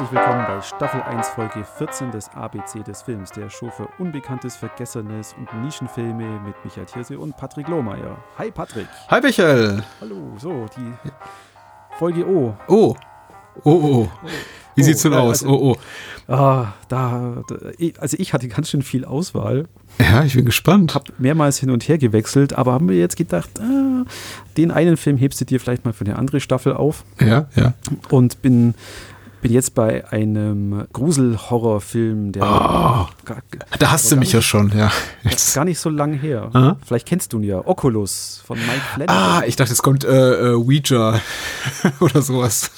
Herzlich willkommen bei Staffel 1, Folge 14 des ABC des Films, der Show für Unbekanntes, Vergessenes und Nischenfilme mit Michael Thiersee und Patrick Lohmeier. Hi Patrick. Hi Michael. Hallo, so, die Folge O. Wie sieht's denn aus? Also ich hatte ganz schön viel Auswahl. Ja, ich bin gespannt. Hab mehrmals hin und her gewechselt, aber haben wir jetzt gedacht, den einen Film hebst du dir vielleicht mal für eine andere Staffel auf. Ja. Und bin jetzt bei einem Grusel-Horrorfilm, der... Da hast du mich ja schon, ja. Jetzt gar nicht so lang her. Aha. Vielleicht kennst du ihn ja. Oculus von Mike Flanagan. Ich dachte, es kommt Ouija oder sowas.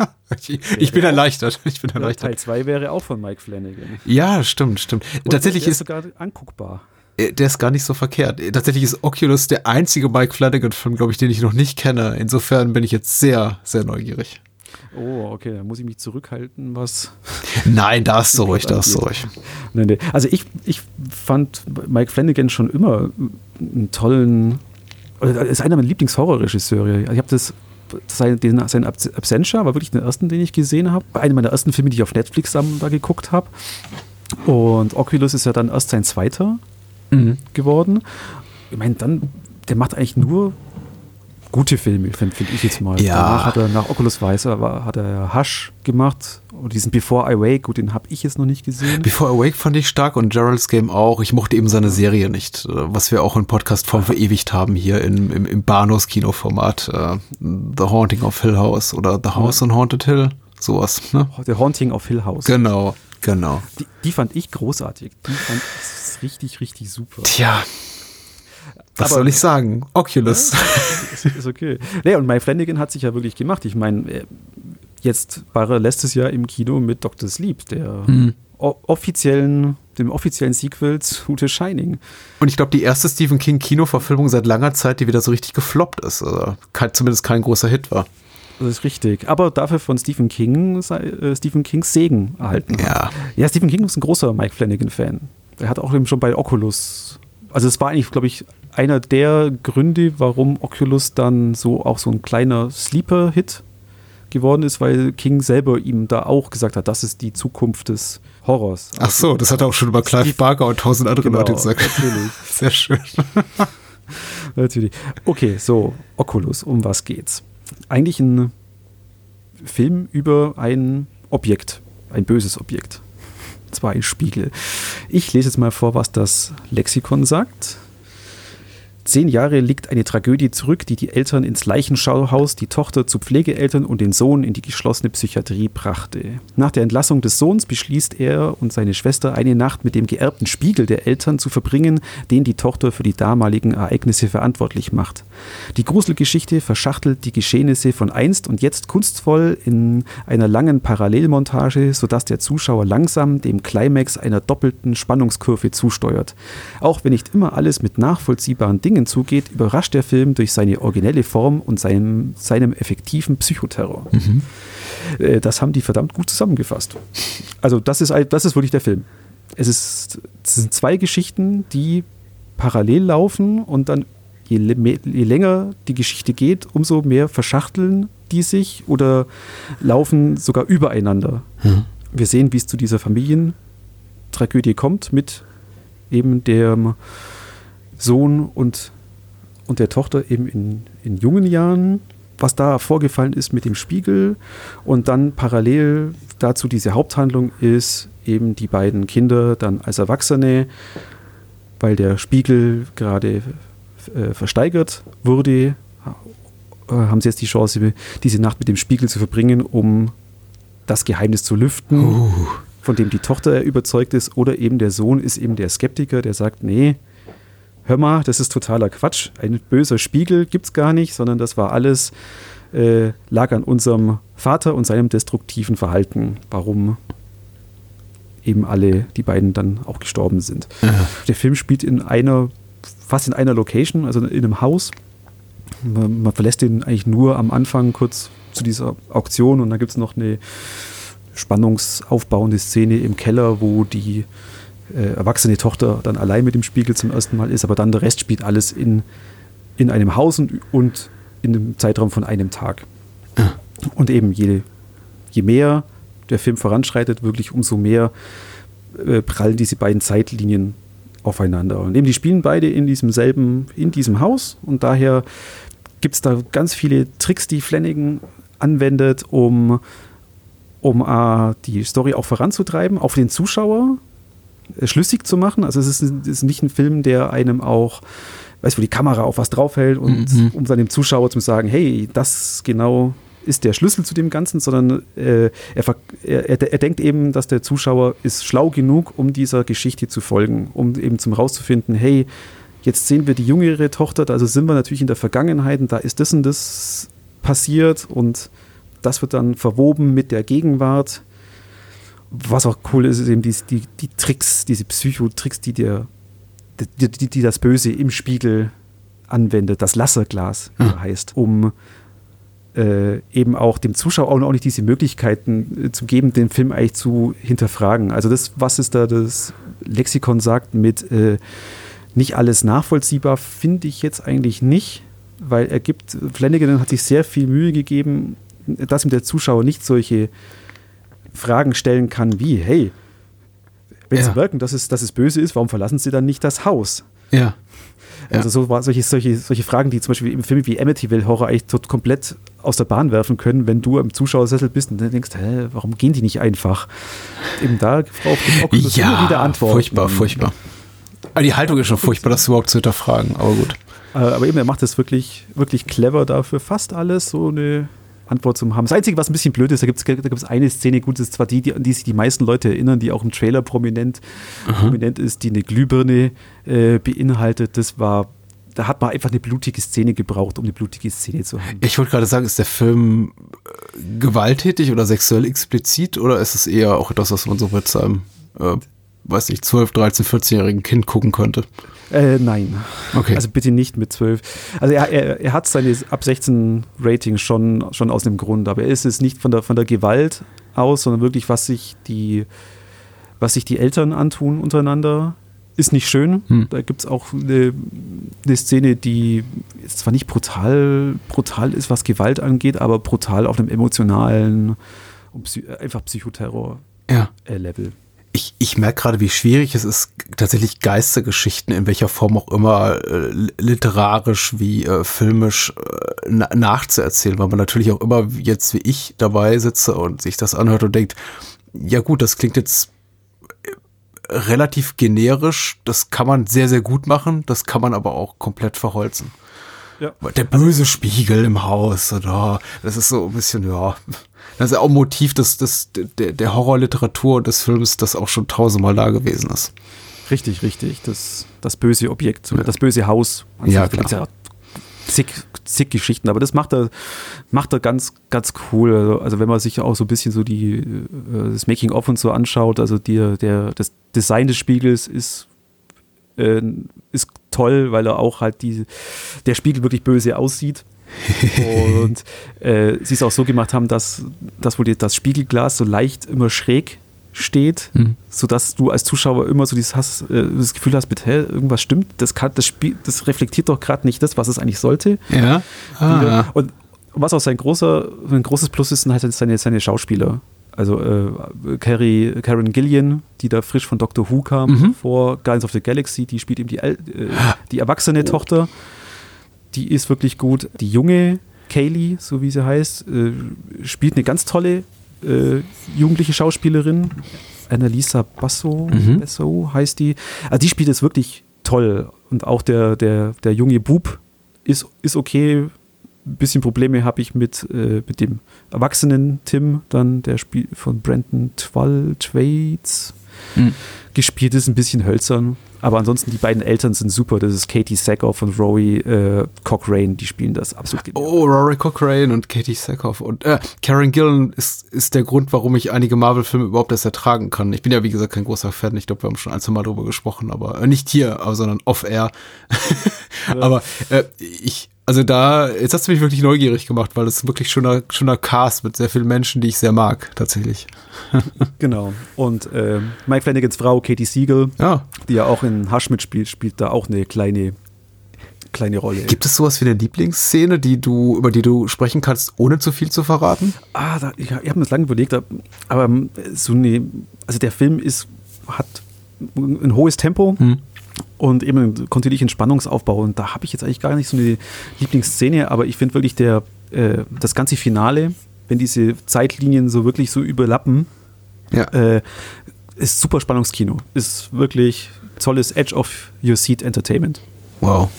Ich bin erleichtert. Teil 2 wäre auch von Mike Flanagan. Ja, stimmt. Und Tatsächlich der ist sogar anguckbar. der ist gar nicht so verkehrt. Tatsächlich ist Oculus der einzige Mike Flanagan-Film, glaube ich, den ich noch nicht kenne. Insofern bin ich jetzt sehr, sehr neugierig. Oh, okay, da muss ich mich zurückhalten, was... Nein, da ist so ruhig. Nee. Also ich fand Mike Flanagan schon immer einen tollen... Er ist einer meiner Lieblingshorrorregisseure. Ich habe sein Absentia war wirklich der erste, den ich gesehen habe. Einer meiner ersten Filme, die ich auf Netflix da geguckt habe. Und Oculus ist ja dann erst sein zweiter geworden. Ich meine, der macht eigentlich nur gute Filme, finde ich jetzt mal. Ja. Danach hat er, nach Oculus Weiser, hat er Hush gemacht und diesen Before I Wake, gut, den habe ich jetzt noch nicht gesehen. Before I Wake fand ich stark und Gerald's Game auch. Ich mochte eben seine Serie nicht, was wir auch in Podcast-Form verewigt haben hier im Bahnhofs-Kinoformat. The Haunting of Hill House oder The House on Haunted Hill, sowas. Ne? The Haunting of Hill House. Genau. Die fand ich großartig. Die fand ich richtig, richtig super. Tja. Was soll ich sagen? Oculus. Ist okay. Nee, und Mike Flanagan hat sich ja wirklich gemacht. Ich meine, jetzt war er letztes Jahr im Kino mit Dr. Sleep, dem offiziellen Sequel zu The Shining. Und ich glaube, die erste Stephen King-Kinoverfilmung seit langer Zeit, die wieder so richtig gefloppt ist. Also zumindest kein großer Hit war. Das ist richtig. Aber dafür von Stephen Kings Segen erhalten. Ja, Stephen King ist ein großer Mike Flanagan-Fan. Er hat auch eben schon bei Oculus... Also es war eigentlich, glaube ich, einer der Gründe, warum Oculus dann auch so ein kleiner Sleeper-Hit geworden ist, weil King selber ihm da auch gesagt hat, das ist die Zukunft des Horrors. Ach so, das hat er auch schon über Clive Barker und 1000 andere Leute gesagt. Natürlich. Sehr schön. Natürlich. Okay, so, Oculus, um was geht's? Eigentlich ein Film über ein Objekt, ein böses Objekt. Zwar ein Spiegel. Ich lese jetzt mal vor, was das Lexikon sagt. 10 Jahre liegt eine Tragödie zurück, die die Eltern ins Leichenschauhaus, die Tochter zu Pflegeeltern und den Sohn in die geschlossene Psychiatrie brachte. Nach der Entlassung des Sohns beschließt er und seine Schwester, eine Nacht mit dem geerbten Spiegel der Eltern zu verbringen, den die Tochter für die damaligen Ereignisse verantwortlich macht. Die Gruselgeschichte verschachtelt die Geschehnisse von einst und jetzt kunstvoll in einer langen Parallelmontage, sodass der Zuschauer langsam dem Climax einer doppelten Spannungskurve zusteuert. Auch wenn nicht immer alles mit nachvollziehbaren Dingen zugeht, überrascht der Film durch seine originelle Form und seinem effektiven Psychoterror. Das haben die verdammt gut zusammengefasst. Also das ist wirklich der Film. Es sind 2 Geschichten, die parallel laufen und dann je länger die Geschichte geht, umso mehr verschachteln die sich oder laufen sogar übereinander. Wir sehen, wie es zu dieser Familientragödie kommt mit eben dem Sohn und der Tochter eben in jungen Jahren, was da vorgefallen ist mit dem Spiegel und dann parallel dazu diese Haupthandlung ist eben die beiden Kinder dann als Erwachsene, weil der Spiegel gerade versteigert wurde, haben sie jetzt die Chance, diese Nacht mit dem Spiegel zu verbringen, um das Geheimnis zu lüften, von dem die Tochter überzeugt ist, oder eben der Sohn ist eben der Skeptiker, der sagt, nee, hör mal, das ist totaler Quatsch. Ein böser Spiegel gibt's gar nicht, sondern das war alles, lag an unserem Vater und seinem destruktiven Verhalten, warum eben die beiden dann auch gestorben sind. Der Film spielt fast in einer Location, also in einem Haus. Man verlässt den eigentlich nur am Anfang kurz zu dieser Auktion und dann gibt es noch eine spannungsaufbauende Szene im Keller, wo die erwachsene Tochter dann allein mit dem Spiegel zum ersten Mal ist, aber dann der Rest spielt alles in einem Haus und in einem Zeitraum von einem Tag. Und eben je mehr der Film voranschreitet, wirklich umso mehr prallen diese beiden Zeitlinien aufeinander. Und eben die spielen beide in diesem Haus und daher gibt es da ganz viele Tricks, die Flanagan anwendet, um die Story auch voranzutreiben, auch für den Zuschauer schlüssig zu machen. Also es ist nicht ein Film, der einem auch, wo die Kamera auf was draufhält und um dann dem Zuschauer zu sagen, hey, das genau ist der Schlüssel zu dem Ganzen, sondern er denkt eben, dass der Zuschauer ist schlau genug, um dieser Geschichte zu folgen, um eben zum rauszufinden, hey, jetzt sehen wir die jüngere Tochter, also sind wir natürlich in der Vergangenheit und da ist das und das passiert und das wird dann verwoben mit der Gegenwart. Was auch cool ist, ist eben die Tricks, diese Psychotricks, die das Böse im Spiegel anwendet, das Lasserglas heißt, um eben auch dem Zuschauer auch nicht diese Möglichkeiten zu geben, den Film eigentlich zu hinterfragen. Also das, was es da das Lexikon sagt mit nicht alles nachvollziehbar, finde ich jetzt eigentlich nicht, weil Flanagan hat sich sehr viel Mühe gegeben, dass ihm der Zuschauer nicht solche Fragen stellen kann wie, hey, wenn Sie merken, dass es böse ist, warum verlassen Sie dann nicht das Haus? Ja. Also solche Fragen, die zum Beispiel im Film wie Amityville Horror eigentlich komplett aus der Bahn werfen können, wenn du im Zuschauersessel bist und dann denkst, warum gehen die nicht einfach? Eben da braucht Oculus immer wieder Antworten. Furchtbar. Aber die Haltung ist schon furchtbar, das überhaupt zu hinterfragen, aber gut. Aber eben, er macht das wirklich, wirklich clever dafür, fast alles so eine Antwort zu haben. Das Einzige, was ein bisschen blöd ist, da gibt es eine Szene, gut, das ist zwar an die sich die meisten Leute erinnern, die auch im Trailer prominent ist, die eine Glühbirne beinhaltet. Da hat man einfach eine blutige Szene gebraucht, um eine blutige Szene zu haben. Ich wollte gerade sagen, ist der Film gewalttätig oder sexuell explizit oder ist es eher auch etwas, was man so mit seinem 12, 13, 14-jährigen Kind gucken könnte? Nein. Okay. Also bitte nicht mit 12. Also er hat seine ab 16 Rating schon aus dem Grund, aber er ist es nicht von der Gewalt aus, sondern wirklich, was sich die Eltern antun untereinander, ist nicht schön. Da gibt es auch eine Szene, die jetzt zwar nicht brutal ist, was Gewalt angeht, aber brutal auf einem emotionalen und einfach Psychoterror-Level. Ich merke gerade, wie schwierig es ist, tatsächlich Geistergeschichten in welcher Form auch immer literarisch wie filmisch nachzuerzählen, weil man natürlich auch immer jetzt wie ich dabei sitze und sich das anhört und denkt, ja gut, das klingt jetzt relativ generisch, das kann man sehr, sehr gut machen, das kann man aber auch komplett verholzen. Ja. Der böse Spiegel im Haus, oder? Das ist so ein bisschen, das ist auch ein Motiv der Horrorliteratur und des Films, das auch schon 1000-mal da gewesen ist. Richtig. Das böse Objekt, das böse Haus. Also ja, da gibt es ja zig Geschichten, aber das macht er ganz, ganz cool. Also wenn man sich auch so ein bisschen so das Making-of und so anschaut, also das Design des Spiegels ist toll, weil er auch halt der Spiegel wirklich böse aussieht. Und sie es auch so gemacht haben, dass wohl das Spiegelglas so leicht immer schräg steht, sodass du als Zuschauer immer so das Gefühl hast, irgendwas stimmt, das reflektiert doch gerade nicht das, was es eigentlich sollte. Ja. Und was auch ein großes Plus ist, sind halt seine Schauspieler. Also Karen Gillan, die da frisch von Doctor Who kam, vor Guardians of the Galaxy, die spielt eben die erwachsene Tochter. Die ist wirklich gut. Die junge Kaylee, so wie sie heißt, spielt eine ganz tolle jugendliche Schauspielerin. Annalisa Basso heißt die. Also die spielt es wirklich toll. Und auch der junge Bub ist okay. Ein bisschen Probleme habe ich mit dem erwachsenen Tim, dann der Spiel von Brandon Thwaites gespielt ist, ein bisschen hölzern. Aber ansonsten, die beiden Eltern sind super. Das ist Katie Sackhoff und Rory Cochrane, die spielen das absolut genial. Oh, Rory Cochrane und Katie Sackhoff. Und Karen Gillan ist der Grund, warum ich einige Marvel-Filme überhaupt erst ertragen kann. Ich bin ja, wie gesagt, kein großer Fan. Ich glaube, wir haben schon ein, zwei Mal drüber gesprochen, aber nicht hier, sondern off-air. Ja. Aber jetzt hast du mich wirklich neugierig gemacht, weil es wirklich schöner Cast mit sehr vielen Menschen, die ich sehr mag, tatsächlich. Genau. Und Mike Flanagans Frau, Katie Siegel, die ja auch in Hush mitspielt, spielt da auch eine kleine kleine Rolle. Gibt es sowas wie eine Lieblingsszene, über die du sprechen kannst, ohne zu viel zu verraten? Ich habe mir das lange überlegt, aber also der Film hat ein hohes Tempo und eben einen kontinuierlichen Spannungsaufbau. Und da habe ich jetzt eigentlich gar nicht so eine Lieblingsszene, aber ich finde wirklich das ganze Finale, wenn diese Zeitlinien so wirklich so überlappen, ist super Spannungskino. Ist wirklich tolles Edge-of-Your-Seat-Entertainment. Wow.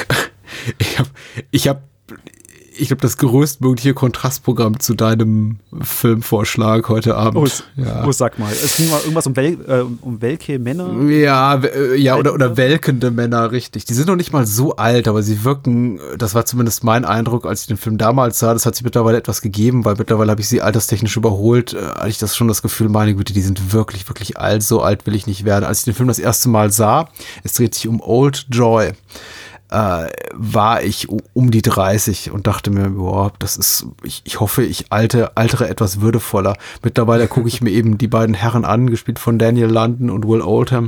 Ich glaube, das größtmögliche Kontrastprogramm zu deinem Filmvorschlag heute Abend. Sag mal. Es ging mal irgendwas um welke Männer? Oder welkende Männer, richtig. Die sind noch nicht mal so alt, aber sie wirken, das war zumindest mein Eindruck, als ich den Film damals sah, das hat sich mittlerweile etwas gegeben, weil mittlerweile habe ich sie alterstechnisch überholt, hatte ich das schon das Gefühl, meine Güte, die sind wirklich, wirklich alt, so alt will ich nicht werden. Als ich den Film das erste Mal sah, es dreht sich um Old Joy, war ich um die 30 und dachte mir, boah, ich hoffe, ich altere etwas würdevoller. Mittlerweile gucke ich mir eben die beiden Herren an, gespielt von Daniel London und Will Oldham,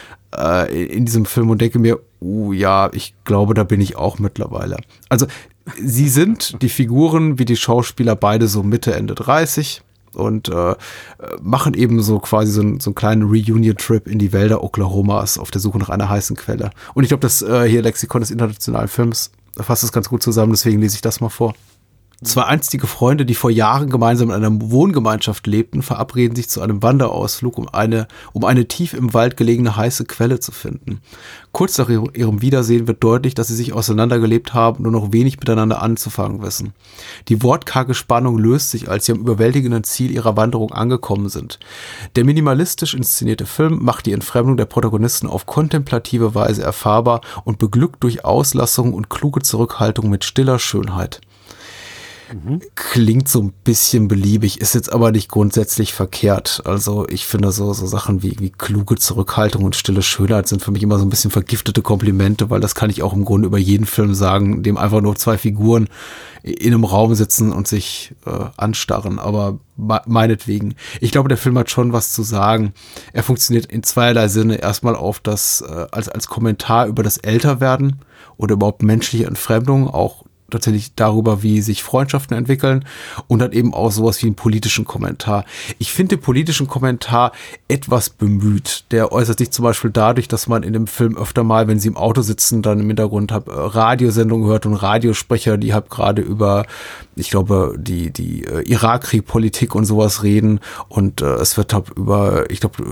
in diesem Film und denke mir, ich glaube, da bin ich auch mittlerweile. Also, sie sind die Figuren wie die Schauspieler beide so Mitte, Ende 30 und machen eben so quasi so einen kleinen Reunion-Trip in die Wälder Oklahomas auf der Suche nach einer heißen Quelle. Und ich glaube, das hier Lexikon des internationalen Films fasst das ganz gut zusammen, deswegen lese ich das mal vor. Zwei einstige Freunde, die vor Jahren gemeinsam in einer Wohngemeinschaft lebten, verabreden sich zu einem Wanderausflug, um eine tief im Wald gelegene heiße Quelle zu finden. Kurz nach ihrem Wiedersehen wird deutlich, dass sie sich auseinandergelebt haben und nur noch wenig miteinander anzufangen wissen. Die wortkarge Spannung löst sich, als sie am überwältigenden Ziel ihrer Wanderung angekommen sind. Der minimalistisch inszenierte Film macht die Entfremdung der Protagonisten auf kontemplative Weise erfahrbar und beglückt durch Auslassung und kluge Zurückhaltung mit stiller Schönheit. Klingt so ein bisschen beliebig, ist jetzt aber nicht grundsätzlich verkehrt. Also ich finde so Sachen wie kluge Zurückhaltung und stille Schönheit sind für mich immer so ein bisschen vergiftete Komplimente, weil das kann ich auch im Grunde über jeden Film sagen, in dem einfach nur zwei Figuren in einem Raum sitzen und sich anstarren. Aber meinetwegen. Ich glaube, der Film hat schon was zu sagen. Er funktioniert in zweierlei Sinne. Erstmal auf das als Kommentar über das Älterwerden oder überhaupt menschliche Entfremdung, auch tatsächlich darüber, wie sich Freundschaften entwickeln und dann eben auch sowas wie einen politischen Kommentar. Ich finde den politischen Kommentar etwas bemüht. Der äußert sich zum Beispiel dadurch, dass man in dem Film öfter mal, wenn sie im Auto sitzen, dann im Hintergrund Radiosendungen hört und Radiosprecher, die gerade über, ich glaube, die Irakkrieg-Politik und sowas reden und es wird über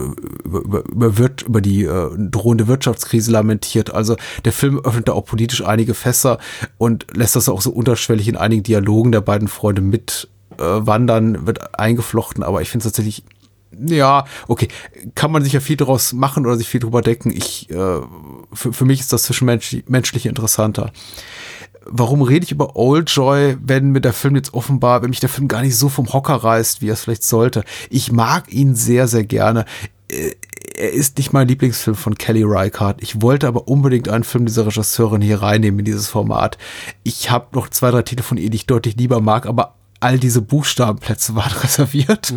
die drohende Wirtschaftskrise lamentiert. Also der Film öffnet da auch politisch einige Fässer und lässt das auch so unterschwellig in einigen Dialogen der beiden Freunde mit wandern, wird eingeflochten, aber ich finde es tatsächlich, okay, kann man sich ja viel daraus machen oder sich viel drüber denken. Für mich ist das zwischenmenschlich interessanter. Warum rede ich über Old Joy, wenn mich der Film gar nicht so vom Hocker reißt, wie er es vielleicht sollte? Ich mag ihn sehr, sehr gerne. Er ist nicht mein Lieblingsfilm von Kelly Reichardt. Ich wollte aber unbedingt einen Film dieser Regisseurin hier reinnehmen in dieses Format. Ich habe noch 2, 3 Titel von ihr, die ich deutlich lieber mag, aber all diese Buchstabenplätze waren reserviert.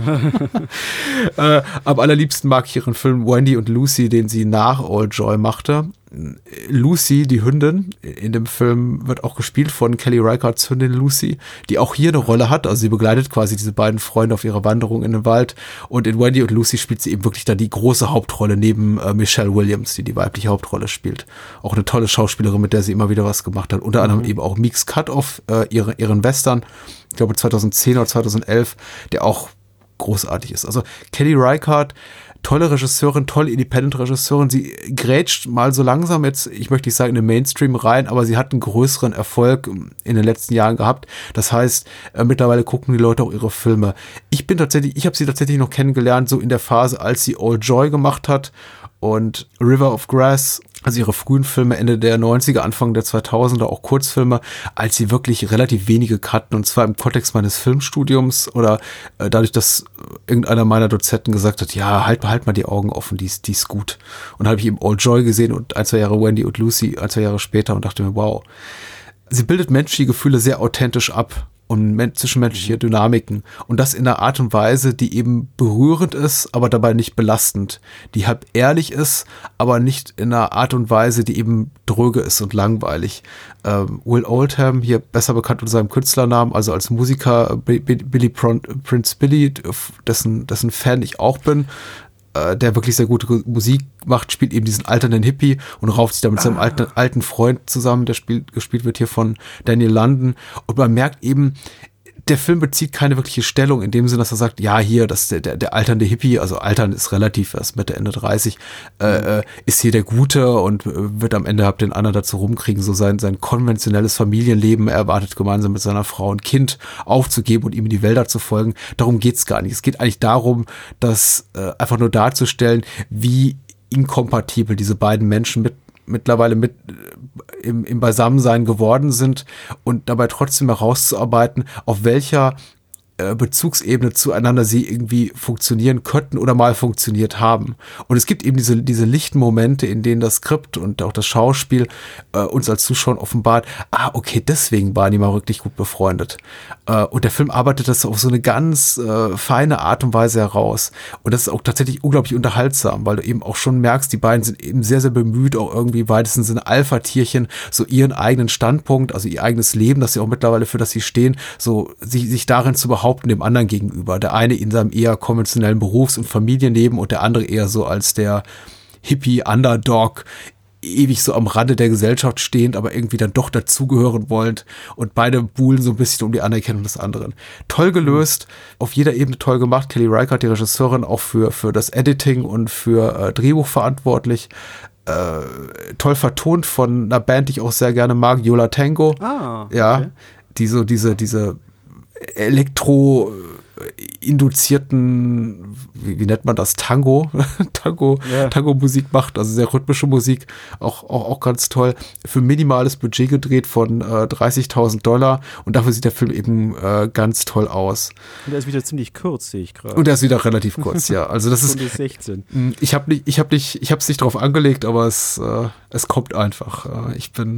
Am allerliebsten mag ich ihren Film Wendy und Lucy, den sie nach Old Joy machte. Lucy, die Hündin, in dem Film wird auch gespielt von Kelly Reichardts Hündin Lucy, die auch hier eine Rolle hat. Also sie begleitet quasi diese beiden Freunde auf ihrer Wanderung in den Wald. Und in Wendy und Lucy spielt sie eben wirklich da die große Hauptrolle neben Michelle Williams, die weibliche Hauptrolle spielt. Auch eine tolle Schauspielerin, mit der sie immer wieder was gemacht hat. Unter anderem eben auch Meeks Cut-Off, ihren Western, ich glaube 2010 oder 2011, der auch großartig ist. Also Kelly Reichardt, tolle Regisseurin, tolle Independent-Regisseurin. Sie grätscht mal so langsam jetzt, ich möchte nicht sagen in den Mainstream rein, aber sie hat einen größeren Erfolg in den letzten Jahren gehabt. Das heißt, mittlerweile gucken die Leute auch ihre Filme. Ich habe sie tatsächlich noch kennengelernt, so in der Phase, als sie Old Joy gemacht hat und River of Grass, also ihre frühen Filme Ende der 90er, Anfang der 2000er, auch Kurzfilme, als sie wirklich relativ wenige kannten, und zwar im Kontext meines Filmstudiums oder dadurch, dass irgendeiner meiner Dozenten gesagt hat, ja, halt mal die Augen offen, die ist gut. Und dann habe ich eben Old Joy gesehen und 1, 2 Jahre Wendy und Lucy, 1, 2 Jahre später und dachte mir, wow. Sie bildet menschliche Gefühle sehr authentisch ab. und zwischenmenschliche Dynamiken. Und das in einer Art und Weise, die eben berührend ist, aber dabei nicht belastend. Die halb ehrlich ist, aber nicht in einer Art und Weise, die eben dröge ist und langweilig. Will Oldham, hier besser bekannt unter seinem Künstlernamen, also als Musiker Prince Billy, dessen Fan ich auch bin, der wirklich sehr gute Musik macht, spielt eben diesen alternden Hippie und rauft sich da mit seinem alten Freund zusammen, der gespielt wird hier von Daniel London. Und man merkt eben, der Film bezieht keine wirkliche Stellung in dem Sinne, dass er sagt, ja, hier, das der alternde Hippie, also altern ist relativ, erst Mitte, Ende 30, ist hier der Gute und wird am Ende den anderen dazu rumkriegen, so sein konventionelles Familienleben erwartet, gemeinsam mit seiner Frau und Kind aufzugeben und ihm in die Wälder zu folgen. Darum geht's gar nicht. Es geht eigentlich darum, dass einfach nur darzustellen, wie inkompatibel diese beiden Menschen mittlerweile im Beisammensein geworden sind und dabei trotzdem herauszuarbeiten, auf welcher Bezugsebene zueinander sie irgendwie funktionieren könnten oder mal funktioniert haben. Und es gibt eben diese lichten Momente, in denen das Skript und auch das Schauspiel uns als Zuschauer offenbart, okay, deswegen waren die mal wirklich gut befreundet. Und der Film arbeitet das auf so eine ganz feine Art und Weise heraus. Und das ist auch tatsächlich unglaublich unterhaltsam, weil du eben auch schon merkst, die beiden sind eben sehr, sehr bemüht, auch irgendwie im weitesten Sinne Alpha-Tierchen, so ihren eigenen Standpunkt, also ihr eigenes Leben, das sie auch mittlerweile für das sie stehen, so sich darin zu behaupten, dem anderen gegenüber. Der eine in seinem eher konventionellen Berufs- und Familienleben und der andere eher so als der Hippie-Underdog, ewig so am Rande der Gesellschaft stehend, aber irgendwie dann doch dazugehören wollend und beide buhlen so ein bisschen um die Anerkennung des anderen. Toll gelöst, auf jeder Ebene toll gemacht. Kelly Reichardt, die Regisseurin, auch für das Editing und für Drehbuch verantwortlich. Toll vertont von einer Band, die ich auch sehr gerne mag, Yo La Tengo. Okay. Ja, die so diese elektro-induzierten, wie nennt man das, Tango-Musik macht, also sehr rhythmische Musik, auch ganz toll. Für minimales Budget gedreht von $30.000 und dafür sieht der Film eben ganz toll aus. Und der ist wieder ziemlich kurz, sehe ich gerade. Und der ist wieder relativ kurz, ja. Also das ist 16. Ich hab's nicht drauf angelegt, aber es kommt einfach.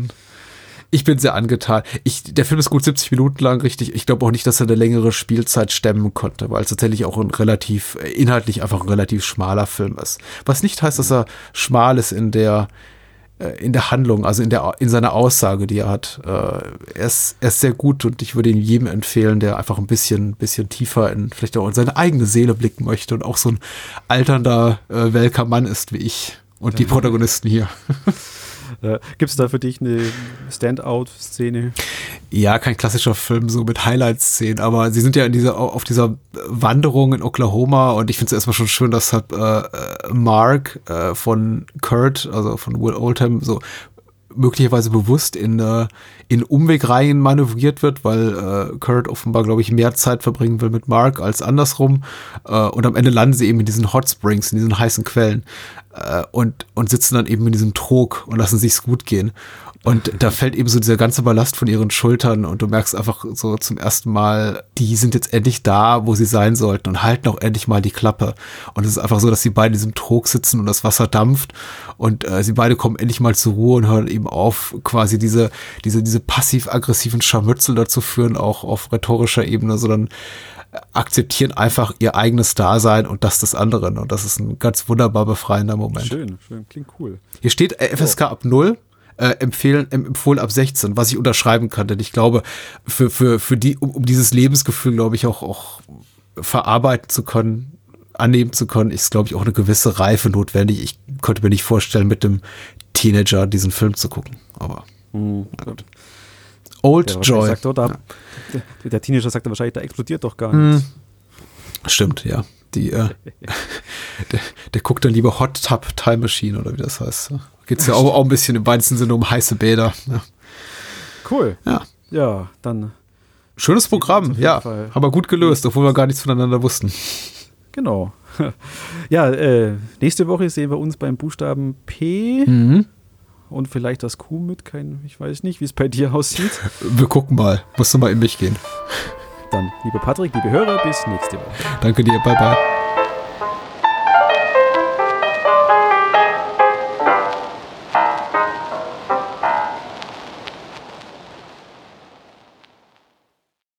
Ich bin sehr angetan. Der Film ist gut 70 Minuten lang, richtig. Ich glaube auch nicht, dass er eine längere Spielzeit stemmen konnte, weil es tatsächlich auch inhaltlich einfach ein relativ schmaler Film ist. Was nicht heißt, dass er schmal ist in der Handlung, also in seiner Aussage, die er hat. Er ist sehr gut und ich würde ihn jedem empfehlen, der einfach ein bisschen tiefer vielleicht auch in seine eigene Seele blicken möchte und auch so ein alternder, welker Mann ist wie ich und die Protagonisten hier. Gibt es da für dich eine Standout-Szene? Ja, kein klassischer Film so mit Highlight-Szenen, aber sie sind ja auf dieser Wanderung in Oklahoma und ich finde es erstmal schon schön, dass halt Mark von Kurt, also von Will Oldham, so möglicherweise bewusst in Umwegreihen manövriert wird, weil Kurt offenbar, glaube ich, mehr Zeit verbringen will mit Mark als andersrum. Und am Ende landen sie eben in diesen Hot Springs, in diesen heißen Quellen und sitzen dann eben in diesem Trog und lassen sich's gut gehen. Und da fällt eben so dieser ganze Ballast von ihren Schultern und du merkst einfach so zum ersten Mal, die sind jetzt endlich da, wo sie sein sollten und halten auch endlich mal die Klappe. Und es ist einfach so, dass sie beide in diesem Trog sitzen und das Wasser dampft und sie beide kommen endlich mal zur Ruhe und hören eben auf, quasi diese passiv-aggressiven Scharmützel dazu führen, auch auf rhetorischer Ebene, sondern akzeptieren einfach ihr eigenes Dasein und das des anderen. Und das ist ein ganz wunderbar befreiender Moment. Schön, klingt cool. Hier steht FSK ab 0. Empfohlen ab 16, was ich unterschreiben kann, denn ich glaube, für die, um dieses Lebensgefühl, glaube ich, auch verarbeiten zu können, annehmen zu können, ist, glaube ich, auch eine gewisse Reife notwendig. Ich könnte mir nicht vorstellen, mit dem Teenager diesen Film zu gucken, aber gut. Old Joy. Der Teenager sagt wahrscheinlich, da explodiert doch gar nichts. Stimmt, ja. Der guckt dann lieber Hot Tub Time Machine oder wie das heißt. Geht es ja auch ein bisschen im weitesten Sinne um heiße Bäder. Ja. Cool. Ja. Ja, dann. Schönes Programm, ja. Haben wir gut gelöst, obwohl wir gar nichts voneinander wussten. Genau. Ja, nächste Woche sehen wir uns beim Buchstaben P. Und vielleicht das Q mit, ich weiß nicht, wie es bei dir aussieht. Wir gucken mal. Musst du mal in mich gehen. Dann, lieber Patrick, liebe Hörer, bis nächste Woche. Danke dir, bye bye.